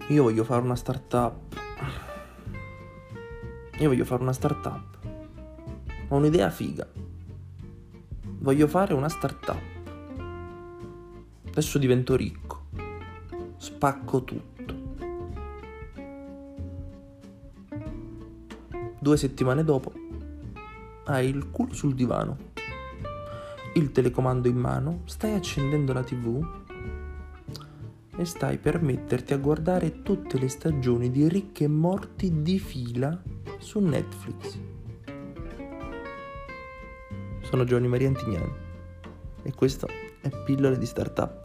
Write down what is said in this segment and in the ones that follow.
Io voglio fare una startup. Ho un'idea figa. Voglio fare una startup. Adesso divento ricco. Spacco tutto. 2 settimane dopo hai il culo sul divano, il telecomando in mano, stai accendendo la TV e stai per metterti a guardare tutte le stagioni di Ricchi e Morti di fila su Netflix. Sono Giovanni Maria Antignani e questo è Pillole di Startup.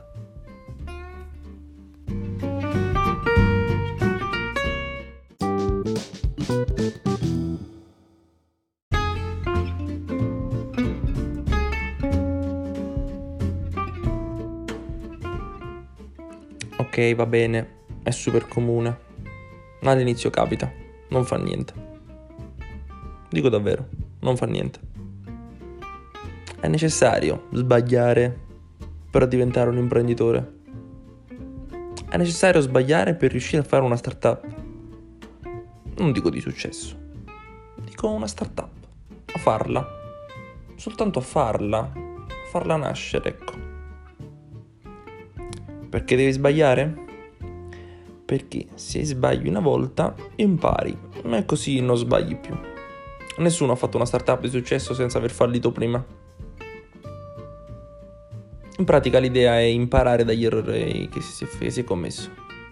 Ok, va bene, è super comune. All'inizio capita, non fa niente. Dico davvero, non fa niente. È necessario sbagliare per diventare un imprenditore. È necessario sbagliare per riuscire a fare una startup. Non dico di successo, dico una startup. A farla. Soltanto a farla nascere, ecco. Perché devi sbagliare? Perché se sbagli una volta impari e così non sbagli più. Nessuno ha fatto una startup di successo senza aver fallito prima. In pratica l'idea è imparare dagli errori che si è commesso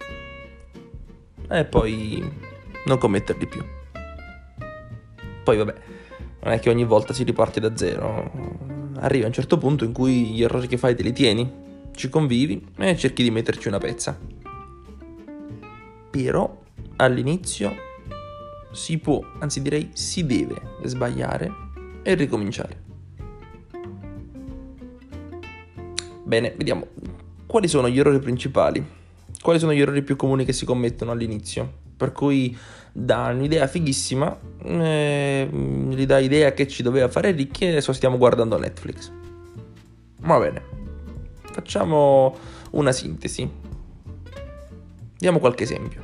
e poi non commetterli più. Poi vabbè, non è che ogni volta si riparte da zero. Arriva un certo punto in cui gli errori che fai te li tieni, ci convivi e cerchi di metterci una pezza. Però all'inizio si può, anzi direi si deve sbagliare e ricominciare. Bene, vediamo. Quali sono gli errori principali? Quali sono gli errori più comuni che si commettono all'inizio? Per cui da un'idea fighissima gli dà idea che ci doveva fare ricchi e adesso stiamo guardando Netflix. Va bene. Facciamo una sintesi. Diamo qualche esempio.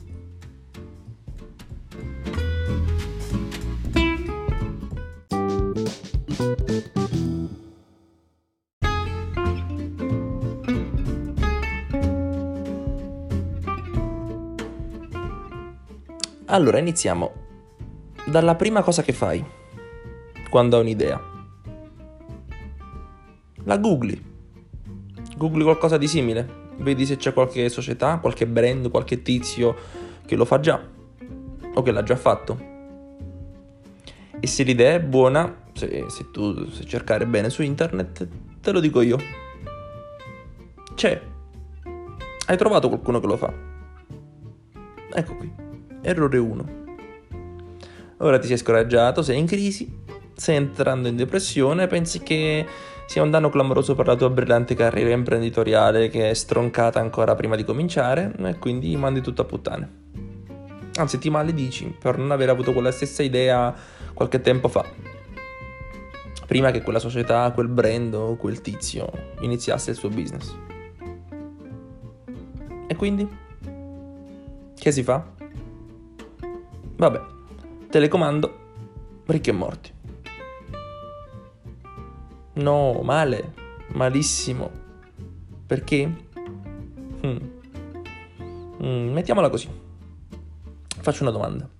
Allora, iniziamo dalla prima cosa che fai quando hai un'idea. La googli qualcosa di simile, vedi se c'è qualche società, qualche brand, qualche tizio che lo fa già o che l'ha già fatto. E se l'idea è buona, se tu sai cercare bene su internet, te lo dico io. C'è. Hai trovato qualcuno che lo fa. Ecco qui. Errore 1. Ora ti sei scoraggiato, sei in crisi, stai entrando in depressione, pensi che sia un danno clamoroso per la tua brillante carriera imprenditoriale che è stroncata ancora prima di cominciare e quindi mandi tutto a puttane. Anzi, ti maledici per non aver avuto quella stessa idea qualche tempo fa, prima che quella società, quel brand o quel tizio iniziasse il suo business. E quindi? Che si fa? Vabbè, telecomando, Ricchi e Morti. No, male, malissimo. Perché? Mettiamola così. Faccio una domanda.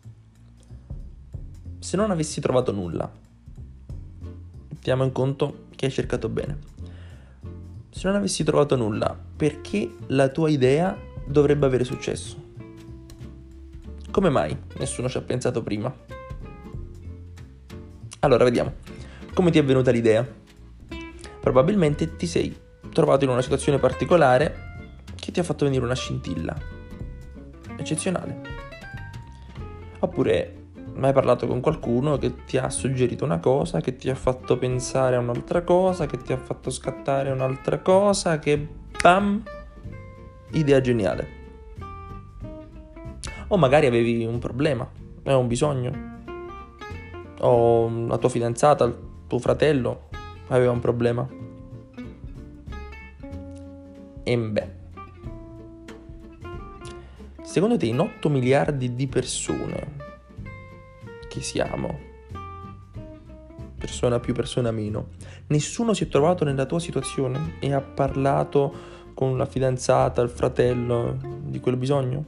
Se non avessi trovato nulla, mettiamo in conto che hai cercato bene. Se non avessi trovato nulla, perché la tua idea dovrebbe avere successo? Come mai nessuno ci ha pensato prima? Allora, vediamo. Come ti è venuta l'idea? Probabilmente ti sei trovato in una situazione particolare che ti ha fatto venire una scintilla eccezionale. Oppure hai parlato con qualcuno che ti ha suggerito una cosa, che ti ha fatto pensare a un'altra cosa, che ti ha fatto scattare un'altra cosa, che bam! Idea geniale. O magari avevi un problema, un bisogno, o la tua fidanzata, il tuo fratello aveva un problema. E beh, secondo te in 8 miliardi di persone che siamo, persona più persona meno, nessuno si è trovato nella tua situazione e ha parlato con la fidanzata, il fratello di quel bisogno?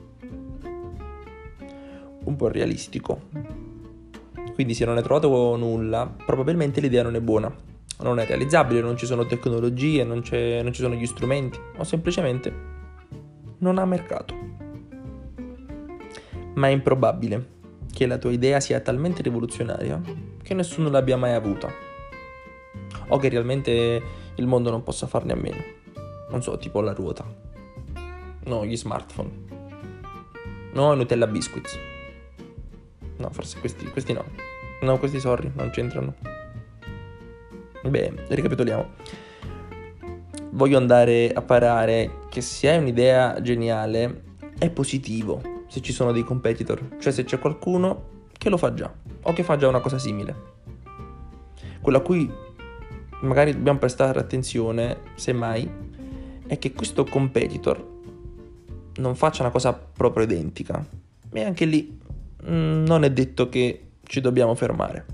Un po' realistico. Quindi se non hai trovato nulla, probabilmente l'idea non è buona, non è realizzabile, non ci sono tecnologie, non ci sono gli strumenti, o semplicemente non ha mercato. Ma è improbabile che la tua idea sia talmente rivoluzionaria che nessuno l'abbia mai avuta, o che realmente il mondo non possa farne a meno. Non so, tipo la ruota, no, gli smartphone, no, Nutella Biscuits. No, forse questi no. No, questi sorry, non c'entrano. Beh, ricapitoliamo. Voglio andare a parare che se hai un'idea geniale è positivo se ci sono dei competitor, cioè se c'è qualcuno che lo fa già o che fa già una cosa simile. Quello a cui magari dobbiamo prestare attenzione, semmai, è che questo competitor non faccia una cosa proprio identica. E anche lì non è detto che ci dobbiamo fermare,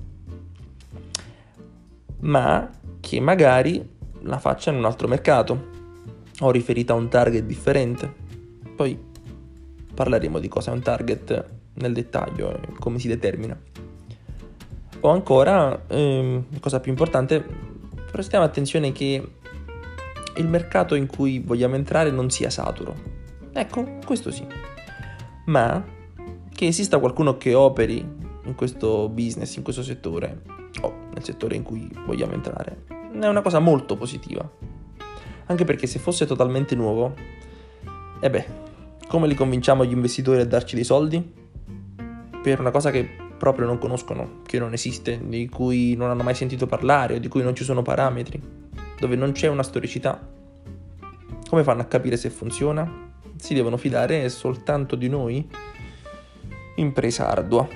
ma che magari la faccia in un altro mercato o riferita a un target differente. Poi parleremo di cosa è un target nel dettaglio e come si determina. O ancora, cosa più importante, prestiamo attenzione che il mercato in cui vogliamo entrare non sia saturo. Ecco, questo sì. Ma che esista qualcuno che operi in questo business, in questo settore, o nel settore in cui vogliamo entrare, è una cosa molto positiva. Anche perché se fosse totalmente nuovo, come li convinciamo gli investitori a darci dei soldi? Per una cosa che proprio non conoscono, che non esiste, di cui non hanno mai sentito parlare, o di cui non ci sono parametri, dove non c'è una storicità. Come fanno a capire se funziona? Si devono fidare soltanto di noi? Impresa ardua.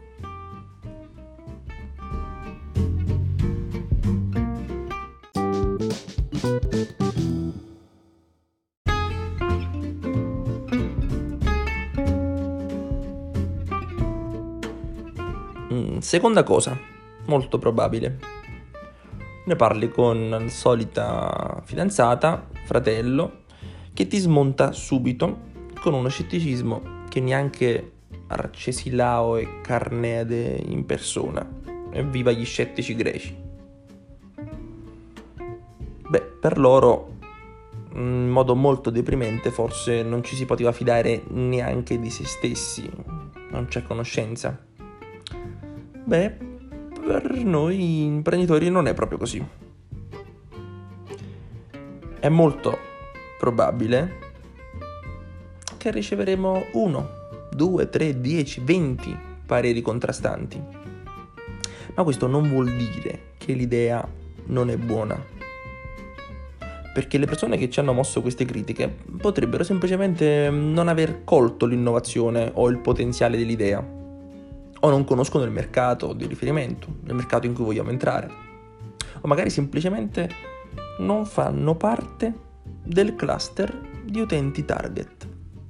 Seconda cosa, molto probabile. Ne parli con la solita fidanzata, fratello, che ti smonta subito con uno scetticismo che neanche Arcesilao e Carneade in persona. Evviva gli scettici greci. Per loro, in modo molto deprimente, forse non ci si poteva fidare neanche di se stessi, non c'è conoscenza. Per noi imprenditori non è proprio così. È molto probabile che riceveremo 1, 2, 3, 10, 20 pareri contrastanti. Ma questo non vuol dire che l'idea non è buona. Perché le persone che ci hanno mosso queste critiche potrebbero semplicemente non aver colto l'innovazione o il potenziale dell'idea, o non conoscono il mercato di riferimento, il mercato in cui vogliamo entrare, o magari semplicemente non fanno parte del cluster di utenti target.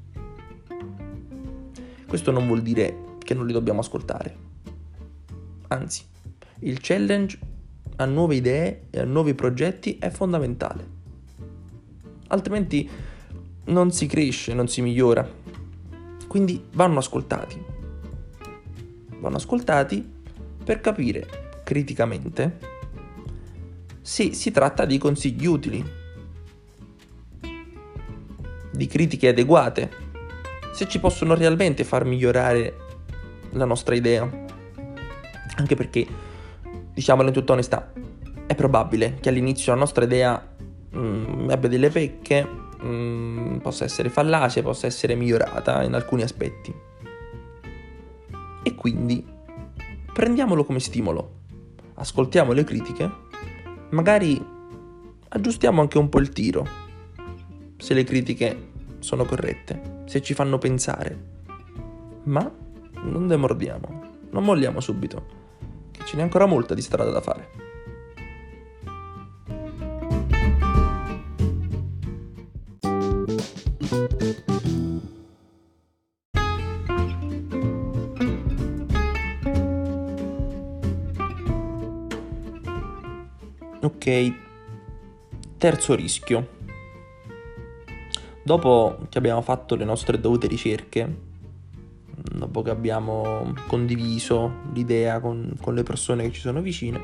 Questo non vuol dire che non li dobbiamo ascoltare. Anzi, il challenge a nuove idee e a nuovi progetti è fondamentale. Altrimenti non si cresce, non si migliora. Quindi vanno ascoltati. Vanno ascoltati per capire criticamente se si tratta di consigli utili, di critiche adeguate, se ci possono realmente far migliorare la nostra idea. Anche perché, diciamolo in tutta onestà, è probabile che all'inizio la nostra idea abbia delle pecche, possa essere fallace, possa essere migliorata in alcuni aspetti. E quindi prendiamolo come stimolo, ascoltiamo le critiche, magari aggiustiamo anche un po' il tiro, se le critiche sono corrette, se ci fanno pensare, ma non demordiamo, non molliamo subito, che ce n'è ancora molta di strada da fare. Ok, terzo rischio. Dopo che abbiamo fatto le nostre dovute ricerche, dopo che abbiamo condiviso l'idea con le persone che ci sono vicine,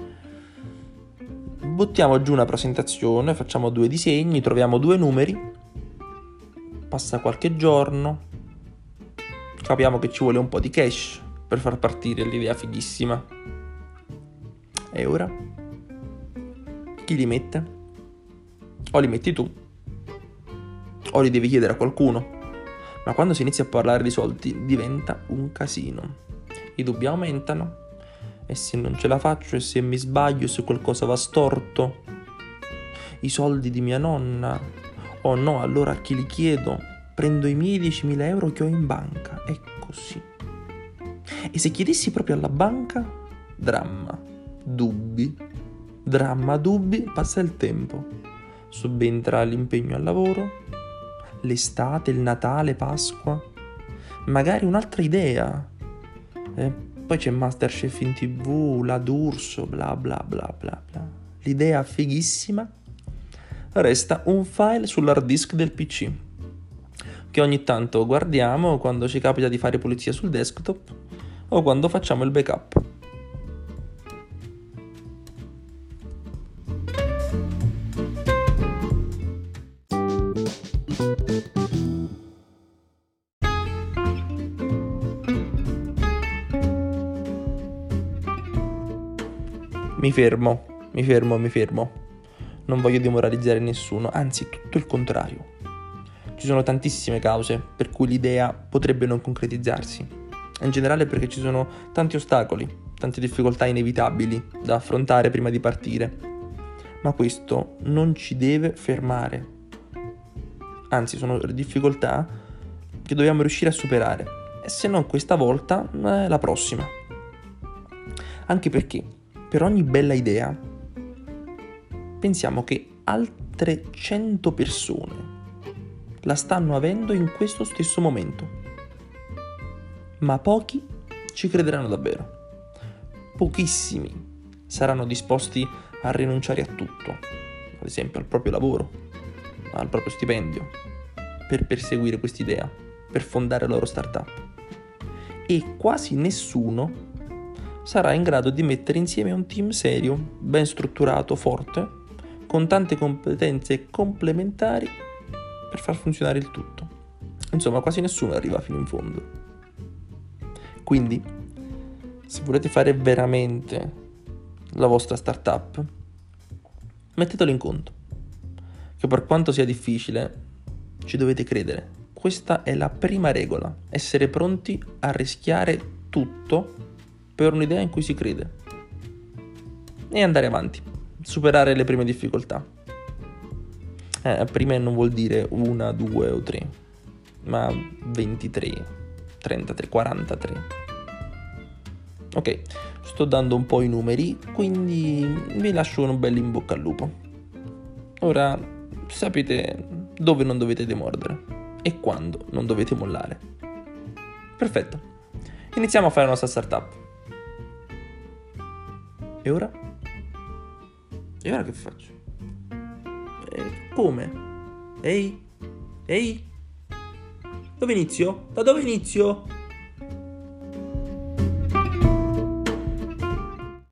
buttiamo giù una presentazione, facciamo 2 disegni, troviamo 2 numeri, passa qualche giorno, capiamo che ci vuole un po' di cash per far partire l'idea fighissima. E ora? Chi li mette? O li metti tu, o li devi chiedere a qualcuno. Ma quando si inizia a parlare di soldi diventa un casino. I dubbi aumentano. E se non ce la faccio, e se mi sbaglio, se qualcosa va storto? I soldi di mia nonna? Oh no, allora a chi li chiedo? Prendo i miei 10.000 euro che ho in banca. È così. E se chiedessi proprio alla banca? Dramma, dubbi, passa il tempo. Subentra l'impegno al lavoro, l'estate, il Natale, Pasqua, magari un'altra idea. Poi c'è Masterchef in TV, la D'Urso, bla bla bla bla bla. L'idea fighissima resta un file sull'hard disk del PC che ogni tanto guardiamo quando ci capita di fare pulizia sul desktop o quando facciamo il backup. Mi fermo. Non voglio demoralizzare nessuno, anzi tutto il contrario. Ci sono tantissime cause per cui l'idea potrebbe non concretizzarsi. In generale perché ci sono tanti ostacoli, tante difficoltà inevitabili da affrontare prima di partire. Ma questo non ci deve fermare. Anzi, sono difficoltà che dobbiamo riuscire a superare. E se non questa volta, la prossima. Anche perché per ogni bella idea pensiamo che altre 100 persone la stanno avendo in questo stesso momento. Ma pochi ci crederanno davvero. Pochissimi saranno disposti a rinunciare a tutto, ad esempio al proprio lavoro, al proprio stipendio, per perseguire quest'idea, per fondare la loro startup. E quasi nessuno sarà in grado di mettere insieme un team serio, ben strutturato, forte, con tante competenze complementari per far funzionare il tutto. Insomma, quasi nessuno arriva fino in fondo. Quindi, se volete fare veramente la vostra startup, mettetelo in conto, che per quanto sia difficile, ci dovete credere. Questa è la prima regola, essere pronti a rischiare tutto per un'idea in cui si crede e andare avanti, superare le prime difficoltà. Prime non vuol dire 1, 2 o 3, ma 23, 33, 43. Ok, sto dando un po' i numeri, quindi vi lascio un bel in bocca al lupo. Ora sapete dove non dovete demordere e quando non dovete mollare. Perfetto, iniziamo a fare la nostra startup. E ora? E ora che faccio? Come? Ehi? Dove inizio? Da dove inizio?